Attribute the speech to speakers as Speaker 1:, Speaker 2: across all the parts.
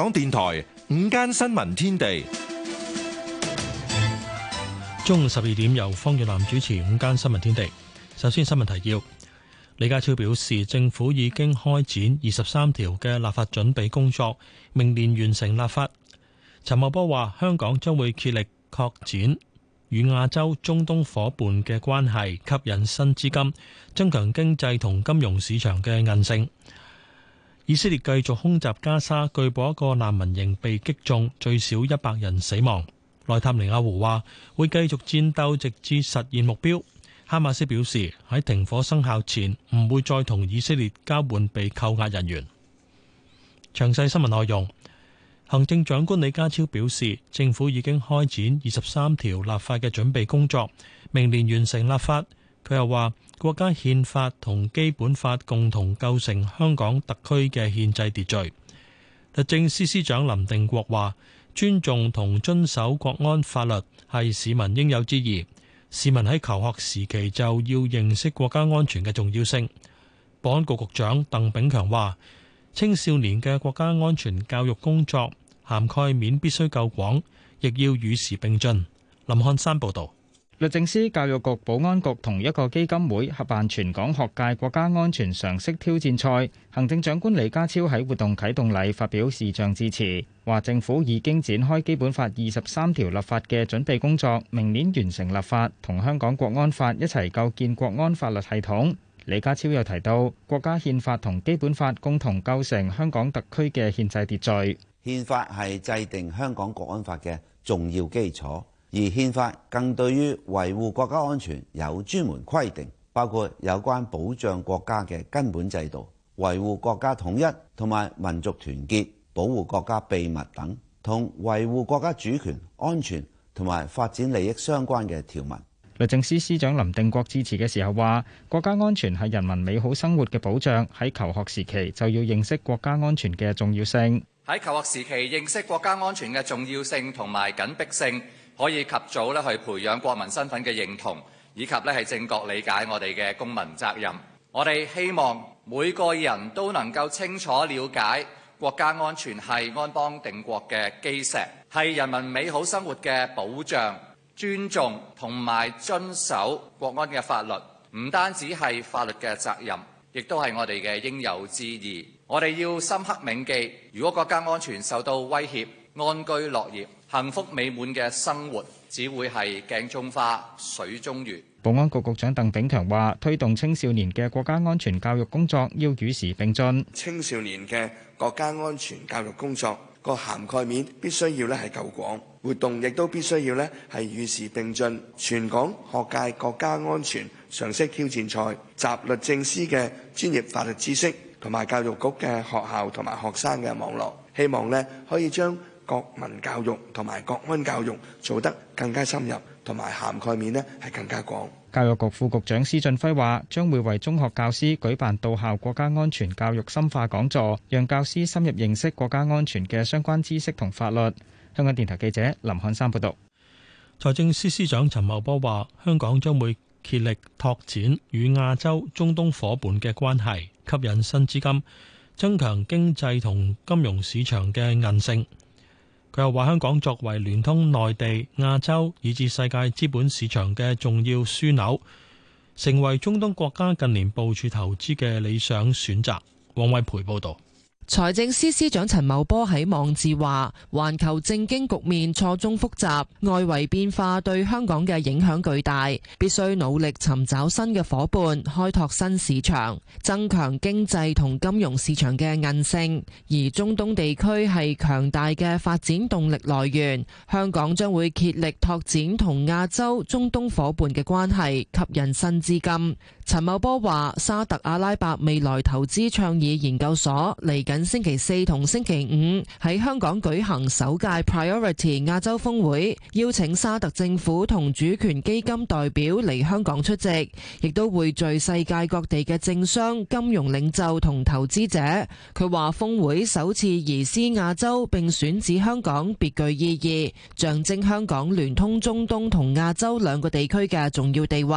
Speaker 1: 港電台午間新聞天地，
Speaker 2: 中午12點由方月南主持午間新聞天地。首先新聞提要，李家超表示，政府已經開展23條嘅立法準備工作，明年完成立法。陳茂波話，香港將會竭力擴展與亞洲、中東夥伴嘅關係，吸引新資金，增強經濟同金融市場嘅韌性。以色列繼續空襲加沙，據報一個難民營被擊中，最少100人死亡。內塔尼亞胡話會繼續戰鬥，直至實現目標。哈馬斯表示喺停火生效前唔會再同以色列交換被扣押人員。詳細新聞內容。行政長官李家超表示，政府已經開展23條立法嘅準備工作，明年完成立法。佢又話，國家憲法同基本法共同構成香港特區嘅憲制秩序。律政司司長林定國話，尊重同遵守國安法律係市民應有之義。市民喺求學時期就要認識國家安全嘅重要性。保安局局長鄧炳強話，青少年嘅國家安全教育工作涵蓋面必須夠廣，亦要與時並進。林漢山報導。
Speaker 3: 律政司、教育局、保安局同一個基金會合辦全港學界國家安全常識挑戰賽。行政長官李家超喺活動啟動禮發表視像致辭，話政府已經展開基本法23條立法嘅準備工作，明年完成立法，同香港國安法一齊構建國安法律系統。李家超又提到，國家憲法同基本法共同構成香港特區嘅憲制秩序。
Speaker 4: 憲法係制定香港國安法嘅重要基礎，而憲法更對於維護國家安全有專門規定，包括有關保障國家嘅根本制度、維護國家統一同埋民族團結、保護國家秘密等，同維護國家主權、安全同埋發展利益相關嘅條文。
Speaker 3: 律政司司長林定國致辭嘅時候話，國家安全係人民美好生活嘅保障，喺求學時期就要認識國家安全嘅重要性。
Speaker 5: 喺求學時期認識國家安全嘅重要性同埋緊迫性，可以及早去培養國民身份嘅認同，以及係正確理解我哋嘅公民責任。我哋希望每個人都能夠清楚了解國家安全係安邦定國嘅基石，係人民美好生活嘅保障。尊重同埋遵守國安嘅法律，唔單止係法律嘅責任，亦都係我哋嘅應有之義。我哋要深刻銘記，如果國家安全受到威脅，安居樂業、幸福美滿嘅生活只會係鏡中花、水中月。
Speaker 3: 保安局局長鄧炳強話，推動青少年嘅國家安全教育工作要與時並進。
Speaker 6: 青少年嘅國家安全教育工作個涵蓋面必須要係夠廣，活動亦都必須要係與時並進。全港學界國家安全常識挑戰賽集律政司嘅專業法律知識同埋教育局嘅學校同埋學生嘅網絡，希望可以將國民教育同埋國安教育做得更加深入，同埋涵蓋面係更加廣。
Speaker 3: 教育局副局長施俊輝話，將會為中學教師舉辦到校國家安全教育深化講座，讓教師深入認識國家安全嘅相關知識同法律。香港電台記者林漢山報道。
Speaker 2: 財政司司長陳茂波話，香港將會竭力拓展與亞洲、中東夥伴嘅關係，吸引新資金，增強經濟同金融市場嘅韌性。佢又話，香港作為聯通內地、亞洲以至世界資本市場嘅重要樞紐，成為中東國家近年部署投資嘅理想選擇。王偉培報導。
Speaker 7: 財政司司長陳茂波喺網誌話，環球政經局面錯綜複雜，外圍變化對香港嘅影響巨大，必須努力尋找新嘅夥伴，開拓新市場，增強經濟同金融市場嘅韌性。而中東地區係強大嘅發展動力來源，香港將會竭力拓展同亞洲、中東夥伴嘅關係，吸引新資金。陳茂波話，沙特阿拉伯未來投資倡議研究所嚟緊星期4同星期5喺香港舉行首屆 Priority 亞洲峰會，邀請沙特政府同主權基金代表嚟香港出席，亦都匯聚世界各地嘅政商、金融領袖同投資者。佢話峰會首次移師亞洲並選址香港，別具意義，象徵香港聯通中東同亞洲兩個地區嘅重要地位。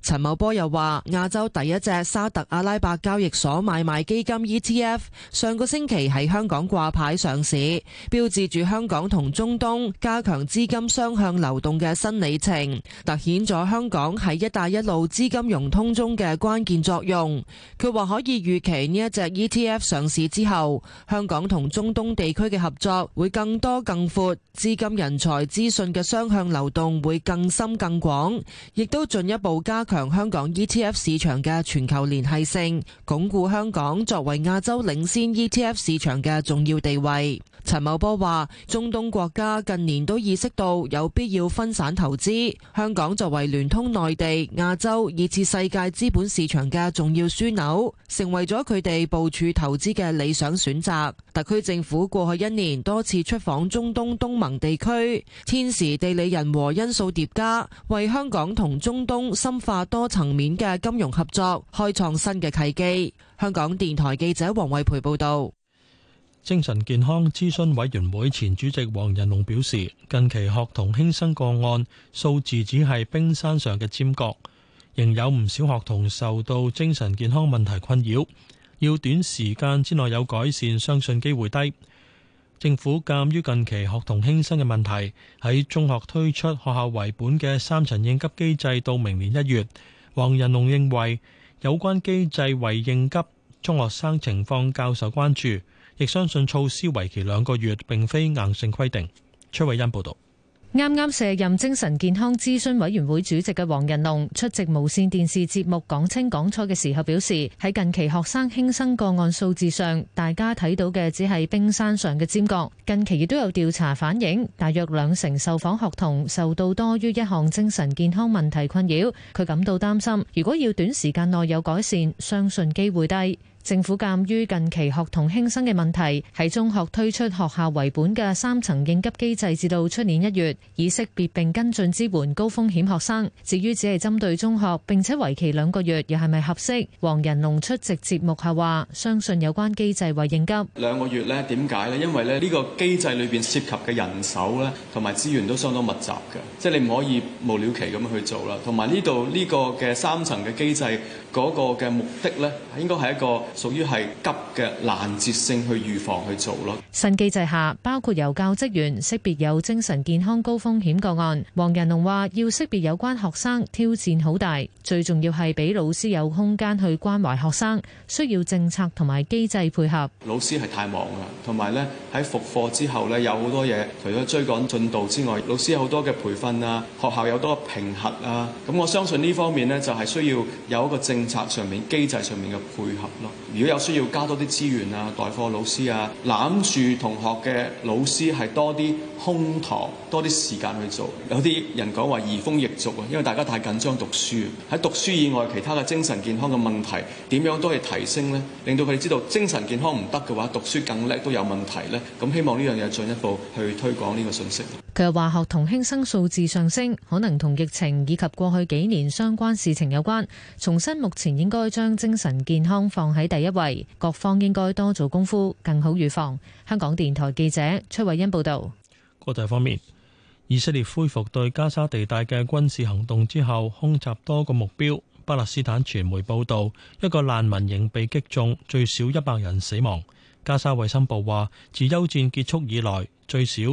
Speaker 7: 陳茂波又話，亞洲第一隻沙特阿拉伯交易所買賣基金 ETF 上個星期喺香港掛牌上市，標誌住香港同中東加強資金雙向流動嘅新里程，凸顯咗香港喺一帶一路資金融通中嘅關鍵作用。佢話可以預期呢一隻 ETF 上市之後，香港同中東地區嘅合作會更多更闊，資金人才資訊嘅雙向流動會更深更廣，亦都進一步加強香港 ETF 市場嘅全球聯繫性，鞏固香港作為亞洲領先 ETF 市場嘅重要地位。陳茂波話，中東國家近年都意識到有必要分散投資，香港作為聯通內地、亞洲以至世界資本市場嘅重要樞紐，成為咗佢哋部署投資嘅理想選擇。特區政府過去一年多次出訪中東東盟地區，天時地利人和因素疊加，為香港同中東深化多層面嘅金融合作開創新嘅契機。香港電台記者黃慧培報道。
Speaker 2: 精神健康諮詢委員會前主席黃仁龍表示，近期學童輕生個案數字只係冰山上嘅尖角，仍有唔少學童受到精神健康問題困擾，要短時間之內有改善，相信機會低。政府鑑於近期學童輕生嘅問題，喺中學推出學校為本嘅3層應急機制到明年1月。黃仁龍認為有關機制為應急中學生情況較受關注，亦相信措施為期2個月，並非硬性規定。崔慧欣報導。
Speaker 8: 啱啱卸任精神健康諮詢委員會主席嘅黃仁龍出席無線電視節目講清講楚嘅時候表示，喺近期學生輕生個案數字上，大家睇到嘅只係冰山上嘅尖角。近期亦都有調查反映，大約2成受訪學童受到多於一項精神健康問題困擾。佢感到擔心，如果要短時間內有改善，相信機會低。政府鑑於近期學童輕生嘅問題，喺中學推出學校為本嘅3層應急機制，至到出年1月，以識別並跟進支援高風險學生。至於只係針對中學並且為期2個月，又係咪合適？黃仁龍出席節目後話，相信有關機制為應急。
Speaker 9: 2個月呢？點解呢？因為呢個機制裏邊涉及嘅人手呢，同埋資源都相當密集嘅，即係你唔可以無了期咁樣去做啦。同埋呢度呢個嘅3層嘅機制嗰個嘅目的呢，應該係一個屬於係急嘅攔截性去預防去做咯。
Speaker 8: 新機制下，包括由教職員識別有精神健康高風險個案。黃仁龍話，要識別有關學生挑戰好大，最重要係俾老師有空間去關懷學生，需要政策同埋機制配合。
Speaker 9: 老師係太忙啦，同埋呢喺復課之後呢，有好多嘢，除咗追趕進度之外，老師有好多嘅培訓啊，學校有好多評核啊。咁我相信呢方面呢，就係需要有一個政策上面、機制上面嘅配合咯。如果有需要加多啲資源啊，代課老師啊，攬住同學嘅老師係多啲空堂，多啲時間去做。有啲人講話移風易俗啊，因為大家太緊張讀書。喺讀書以外，其他嘅精神健康嘅問題點樣都係提升呢？令到佢哋知道精神健康唔得嘅話，讀書更叻都有問題呢。咁希望呢樣嘢進一步去推廣呢個信息。
Speaker 8: 佢又話學童輕生數字上升，可能同疫情以及過去幾年相關事情有關。重申目前應該將精神健康放喺第一位，各方應該多做功夫，更好預防。香港電台記者崔慧欣報道。
Speaker 2: 國際方面，以色列恢復對加沙地帶嘅軍事行動之後，空襲多個目標。巴勒斯坦傳媒報道，一個難民營被擊中，最少100人死亡。加沙衛生部話，自休戰結束以來，最少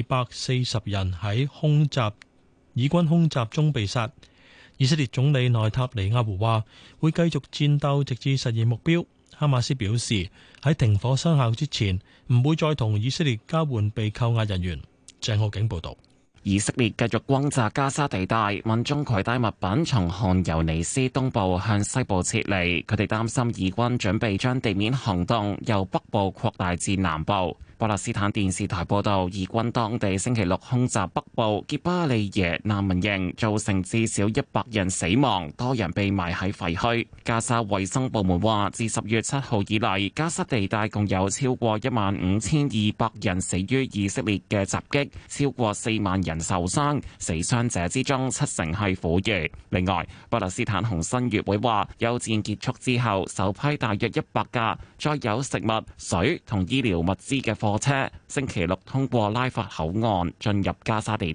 Speaker 2: 240人喺以軍空襲中被殺。以色列總理內塔尼亞胡話，會繼續戰鬥直至實現目標。哈馬斯表示，喺停火生效之前，唔會再同以色列交換被扣押人員。鄭浩景報道。
Speaker 10: 以色列繼續轟炸加沙地帶，民眾攜帶物品從汗尤尼斯東部向西部撤離，佢哋擔心以軍準備將地面行動由北部擴大至南部。巴勒斯坦電視台報道，以軍當地星期六空襲北部傑巴利耶難民營，造成至少100人死亡，多人被埋喺廢墟。加沙衛生部門話，自10月7號以嚟，加沙地帶共有超過15200人死於以色列嘅襲擊，超過4萬人受傷，死傷者之中70%係婦孺。另外，巴勒斯坦紅新月會話，休戰結束之後，首批大約100架載有食物、水同醫療物資嘅貨車星期六通過拉法口岸進入加沙地帶。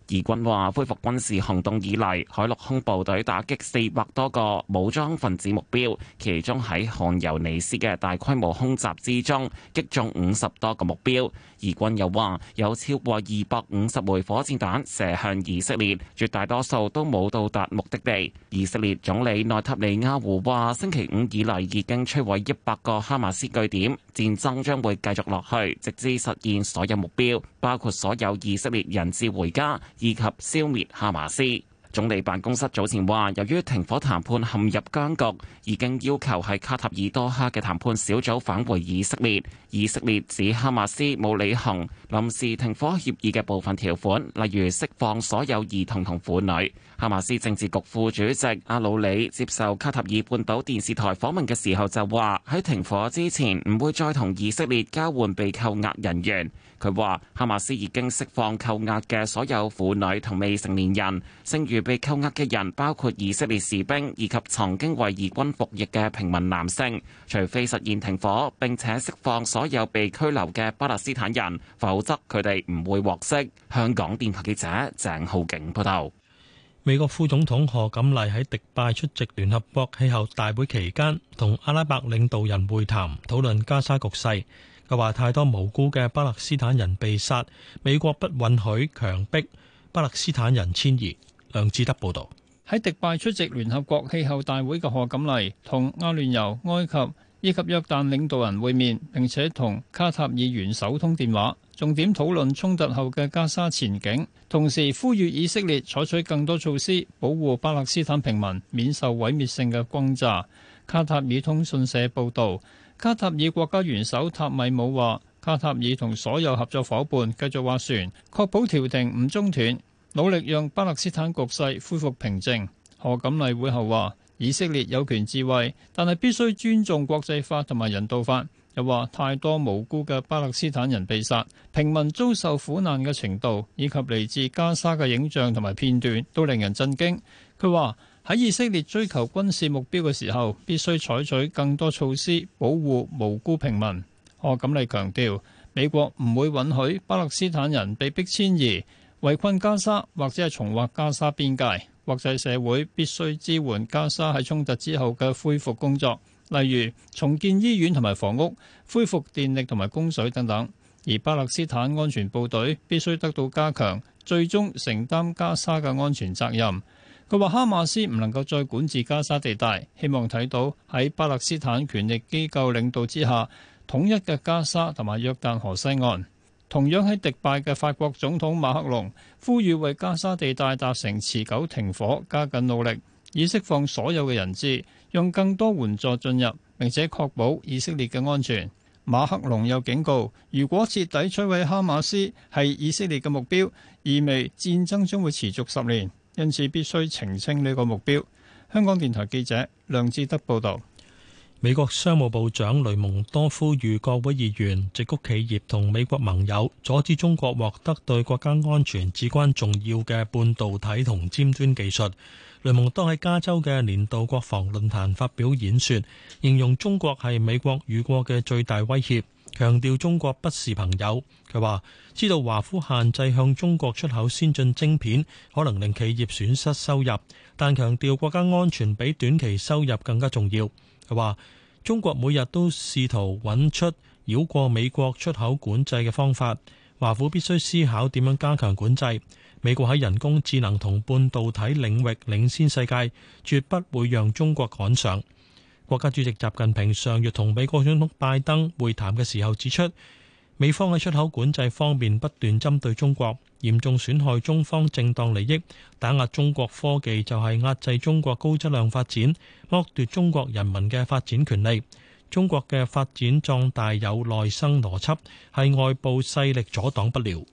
Speaker 10: 以軍話恢復軍事行動以嚟，海陸空部隊打擊400多個武裝分子目標，其中喺汗尤尼斯嘅大規模空襲之中擊中50多個目標。以軍又話有超過250枚火箭彈射向以色列，絕大多數都冇到達目的地。以色列總理內塔尼亞胡話，星期五以嚟已經摧毀100個哈馬斯據點，戰爭將會繼續落去，直至實現所有目標，包括所有以色列人質回家，以及消滅哈馬斯。總理辦公室早前話，由於停火談判陷入僵局，已經要求喺卡塔爾多哈嘅談判小組返回以色列。以色列指哈馬斯冇履行臨時停火協議嘅部分條款，例如釋放所有兒童同婦女。哈馬斯政治局副主席阿魯里接受卡塔爾半島電視台訪問嘅時候就話，喺停火之前唔會再同以色列交換被扣押人員。佢話哈馬斯已經釋放扣押嘅所有婦女同未成年人，剩餘被扣押嘅人包括以色列士兵以及曾經為以軍服役嘅平民男性。除非實現停火並且釋放所有被拘留嘅巴勒斯坦人，否則佢哋唔會獲釋。香港電台記者鄭浩景報道。
Speaker 2: 美國副總統賀錦麗喺迪拜出席聯合國氣候大會期間，同阿拉伯領導人會談，討論加沙局勢。佢話太多無辜嘅巴勒斯坦人被殺，美國不允許強迫巴勒斯坦人遷移。梁志德報導。
Speaker 11: 喺迪拜出席聯合國氣候大會嘅賀錦麗同阿聯酋、埃及以及約旦領導人會面，並且同卡塔爾元首通電話，重點討論衝突後嘅加沙前景，同時呼籲以色列採取更多措施保護巴勒斯坦平民免受毀滅性嘅轟炸。卡塔爾通訊社報導。卡塔爾國家元首塔米姆話：卡塔爾同所有合作伙伴繼續斡旋，確保調停唔中斷，努力讓巴勒斯坦局勢恢復平靜。賀錦麗會後話：以色列有權自衛，但係必須尊重國際法同埋人道法。又話太多無辜嘅巴勒斯坦人被殺，平民遭受苦難嘅程度，以及嚟自加沙嘅影像同埋片段都令人震驚。佢話：喺以色列追求軍事目標嘅時候，必須採取更多措施保護無辜平民。賀錦麗強調，美國唔會允許巴勒斯坦人被迫遷移、圍困加沙或者係重劃加沙邊界。國際社會必須支援加沙喺衝突之後嘅恢復工作，例如重建醫院同埋房屋、恢復電力同埋供水等等。而巴勒斯坦安全部隊必須得到加強，最終承擔加沙嘅安全責任。佢話哈馬斯唔能夠再管治加沙地帶，希望睇到喺巴勒斯坦權力機構領導之下統一嘅加沙同埋約旦河西岸。同樣喺迪拜嘅法國總統馬克龍呼籲為加沙地帶達成持久停火，加緊努力，以釋放所有嘅人質，用更多援助進入，並且確保以色列嘅安全。馬克龍又警告，如果徹底摧毀哈馬斯係以色列嘅目標，意味戰爭將會持續10年。因此必須澄清呢個目標。香港電台記者梁志德報導。
Speaker 2: 美國商務部長雷蒙多呼籲國會議員、矽谷企業同美國盟友阻止中國獲得對國家安全至關重要嘅半導體同尖端技術。雷蒙多喺加州嘅年度國防論壇發表演說，形容中國係美國遇過嘅最大威脅，強調中國不是朋友。佢話知道華府限制向中國出口先進晶片可能令企業損失收入，但強調國家安全比短期收入更加重要。佢話中國每日都試圖揾出繞過美國出口管制嘅方法，華府必須思考點樣加強管制。美國喺人工智能同半導體領域領先世界，絕不會讓中國趕上。國家主席習近平上月同美國總統拜登會談嘅時候指出，美方喺出口管制方面不斷針對中國，嚴重損害中方正當利益，打壓中國科技就係壓制中國高質量發展，剝奪中國人民嘅發展權利。中國嘅發展壯大有內生邏輯，係外部勢力阻擋不了。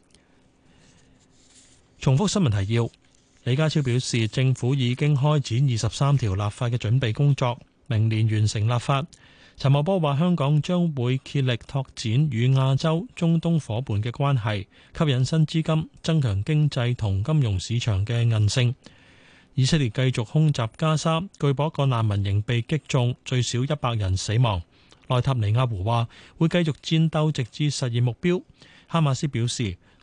Speaker 2: 重複新聞提要，李家超表示，政府已經開展23條立法嘅準備工作，明年完成立法。陳茂波話：香港將會竭力拓展與亞洲、中東夥伴嘅關係，吸引新資金，增強經濟同金融市場嘅韌性。以色列繼續空襲加沙，據報一個難民營被擊中，最少100人死亡。內塔尼亞胡話會繼續戰鬥，直至實現目標。哈馬斯表示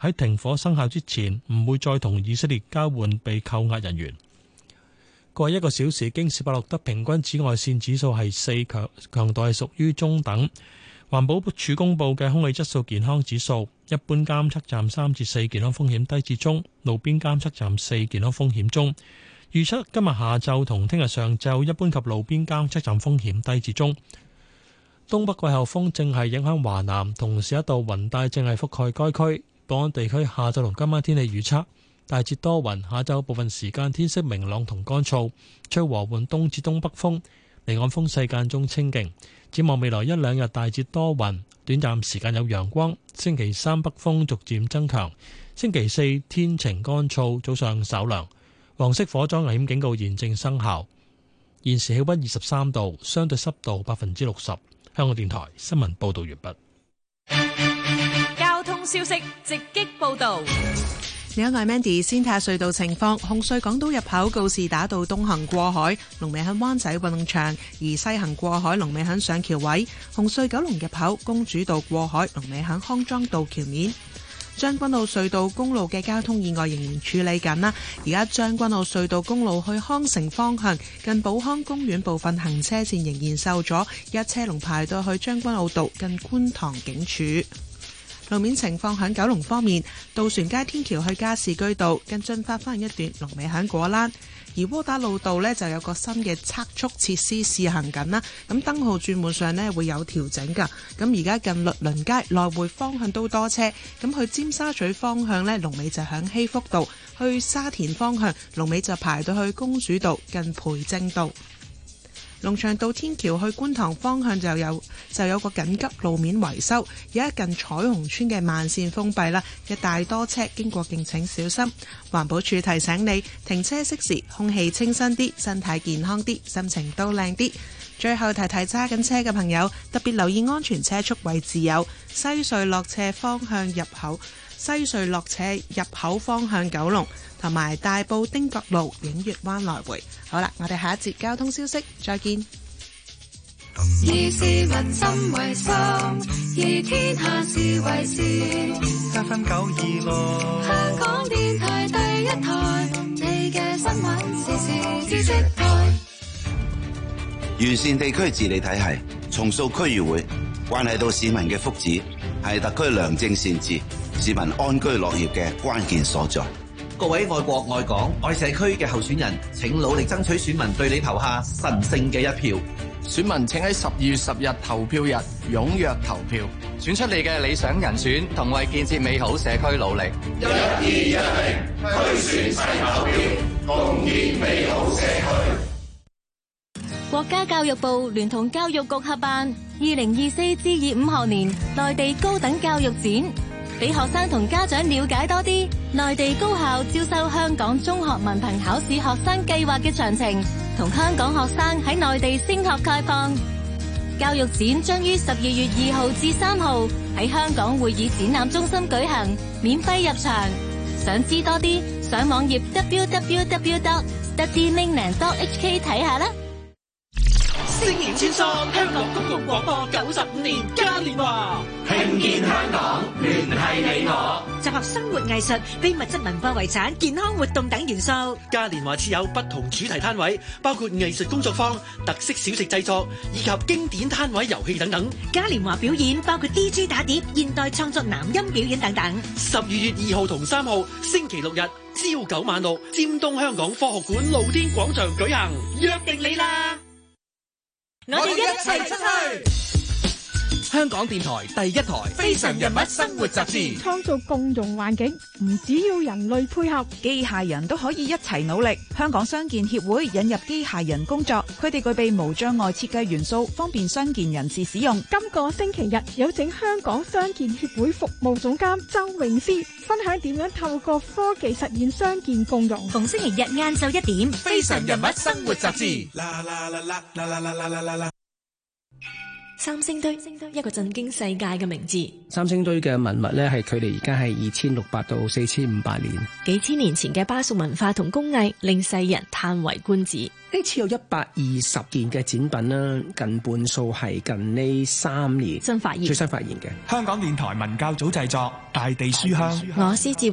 Speaker 2: 喺停火生效之前唔會再同以色列交換被扣押人員。過去1個小時，京士柏錄得平均紫外線指數係4，強度係屬於中等。環保署公布嘅空氣質素健康指數，一般監測站3至4，健康風險低至中；路邊監測站4，健康風險中。預測今日下晝同聽日上晝，一般及路邊監測站風險低至中。東北季候風正係影響華南，同時一道雲帶正係覆蓋該區。本港地區下晝同今晚天氣預測，大致多雲，下晝部分時間天色明朗同乾燥，吹和緩東至東北風，離岸風勢間中清勁。展望未來1、2日大致多雲，短暫時間有陽光。星期3北風逐漸增強，星期4天晴乾燥，早上稍涼。黃色火災危險警告現正生效。現時氣溫23度，相對濕度60%。香港電台新聞報道完
Speaker 12: 畢。交通消息直擊報道。
Speaker 13: 你好，我係 Mandy。先睇下隧道情況。紅隧港島入口告士打道東行過海，龍尾喺灣仔運動場；而西行過海，龍尾喺上橋位。紅隧九龍入口公主道過海，龍尾喺康莊道橋面。將軍澳隧道公路嘅交通意外仍然處理緊啦。而家將軍澳隧道公路去康城方向，近寶康公園部分行車線仍然受阻，一車龍排到去將軍澳道近觀塘警署。路面情況喺九龍方面，渡船街天橋去加士居道近進發翻一段，龍尾喺果欄。而窩打老道呢就有個新嘅測速設施試行緊啦，咁燈號轉換上呢會有調整噶。咁而家近律倫街來回方向都多車，咁去尖沙咀方向呢，龍尾就響禧福道；去沙田方向龍尾就排到去公主道近培正道。龍翔道天橋去觀塘方向就有個緊急路面維修，而家近彩虹村嘅慢線封閉啦，一大多車經過敬請小心。環保署提醒你，停車熄匙，空氣清新啲，身體健康啲，心情都靚啲。最後提提揸緊車嘅朋友，特別留意安全車速位置有西隧落斜方向入口、西隧落斜入口方向九龍，同埋大埔汀角路映月灣來回。好啦，我哋下一節交通消息再見。
Speaker 14: 以市民心為心，以天下事為事。FM 926，香港電台第一台，你嘅新聞時事知識台。
Speaker 4: 完善地區治理體系，重塑區議會，關係到市民嘅福祉，係特區良政善治、市民安居樂業嘅關鍵所在。
Speaker 15: 各位愛國愛港愛社區嘅候選人，請努力爭取選民對你投下神聖嘅一票。
Speaker 16: 選民請喺12月10日投票日踴躍投票，
Speaker 5: 選出你嘅理想人選，同為建設美好社區努力。
Speaker 14: 1210區選齊投票，共建美好社區。
Speaker 17: 國家教育部聯同教育局合辦2024至25學年內地高等教育展，俾學生同家長了解多啲內地高校招收香港中學文憑考試學生計劃嘅詳情，同香港學生喺內地升學概況。教育展將於12月2號至3號喺香港會議展覽中心舉行，免費入場。想知多啲，上網頁 www.studymainland.hk 睇下啦。
Speaker 14: 星年穿梭香港公共廣播95年嘉年華，興建香港，聯繫你我，
Speaker 18: 集合生活藝術、非物質文化遺產、健康活動等元素。
Speaker 19: 嘉年華設有不同主題攤位，包括藝術工作坊、特色小食製作以及經典攤位遊戲等等。
Speaker 18: 嘉年華表演包括 DJ 打碟、現代創作男音表演等等。
Speaker 19: 12月2號同3號星期六日朝9晚6，尖東香港科學館露天廣場舉行，約定你啦！
Speaker 14: 我哋一齊出去！
Speaker 20: 香港電台第一台《非常人物生活雜誌》，
Speaker 21: 創造共融環境，唔只要人類配合，
Speaker 22: 機械人都可以一齊努力。香港傷健協會引入機械人工作，佢哋具備無障礙設計元素，方便傷健人士使用。
Speaker 21: 今個星期日有請香港傷健協會服務總監周詠詩分享點樣透過科技實現傷健共融。
Speaker 18: 逢星期日晏晝1點，《
Speaker 20: 非常人物生活雜誌》。
Speaker 1: 三星堆，一個震驚世界嘅名字。
Speaker 6: 三星堆嘅文物呢，係距離而家係2600到4500年。
Speaker 1: 幾千年前嘅巴蜀文化同工藝，令世人嘆為觀止。
Speaker 6: 呢次有120件嘅展品啦，近半數係近呢3年
Speaker 1: 新發現，
Speaker 6: 最新發現嘅。
Speaker 23: 香港電台文教組製作，大地書香。
Speaker 1: 我施志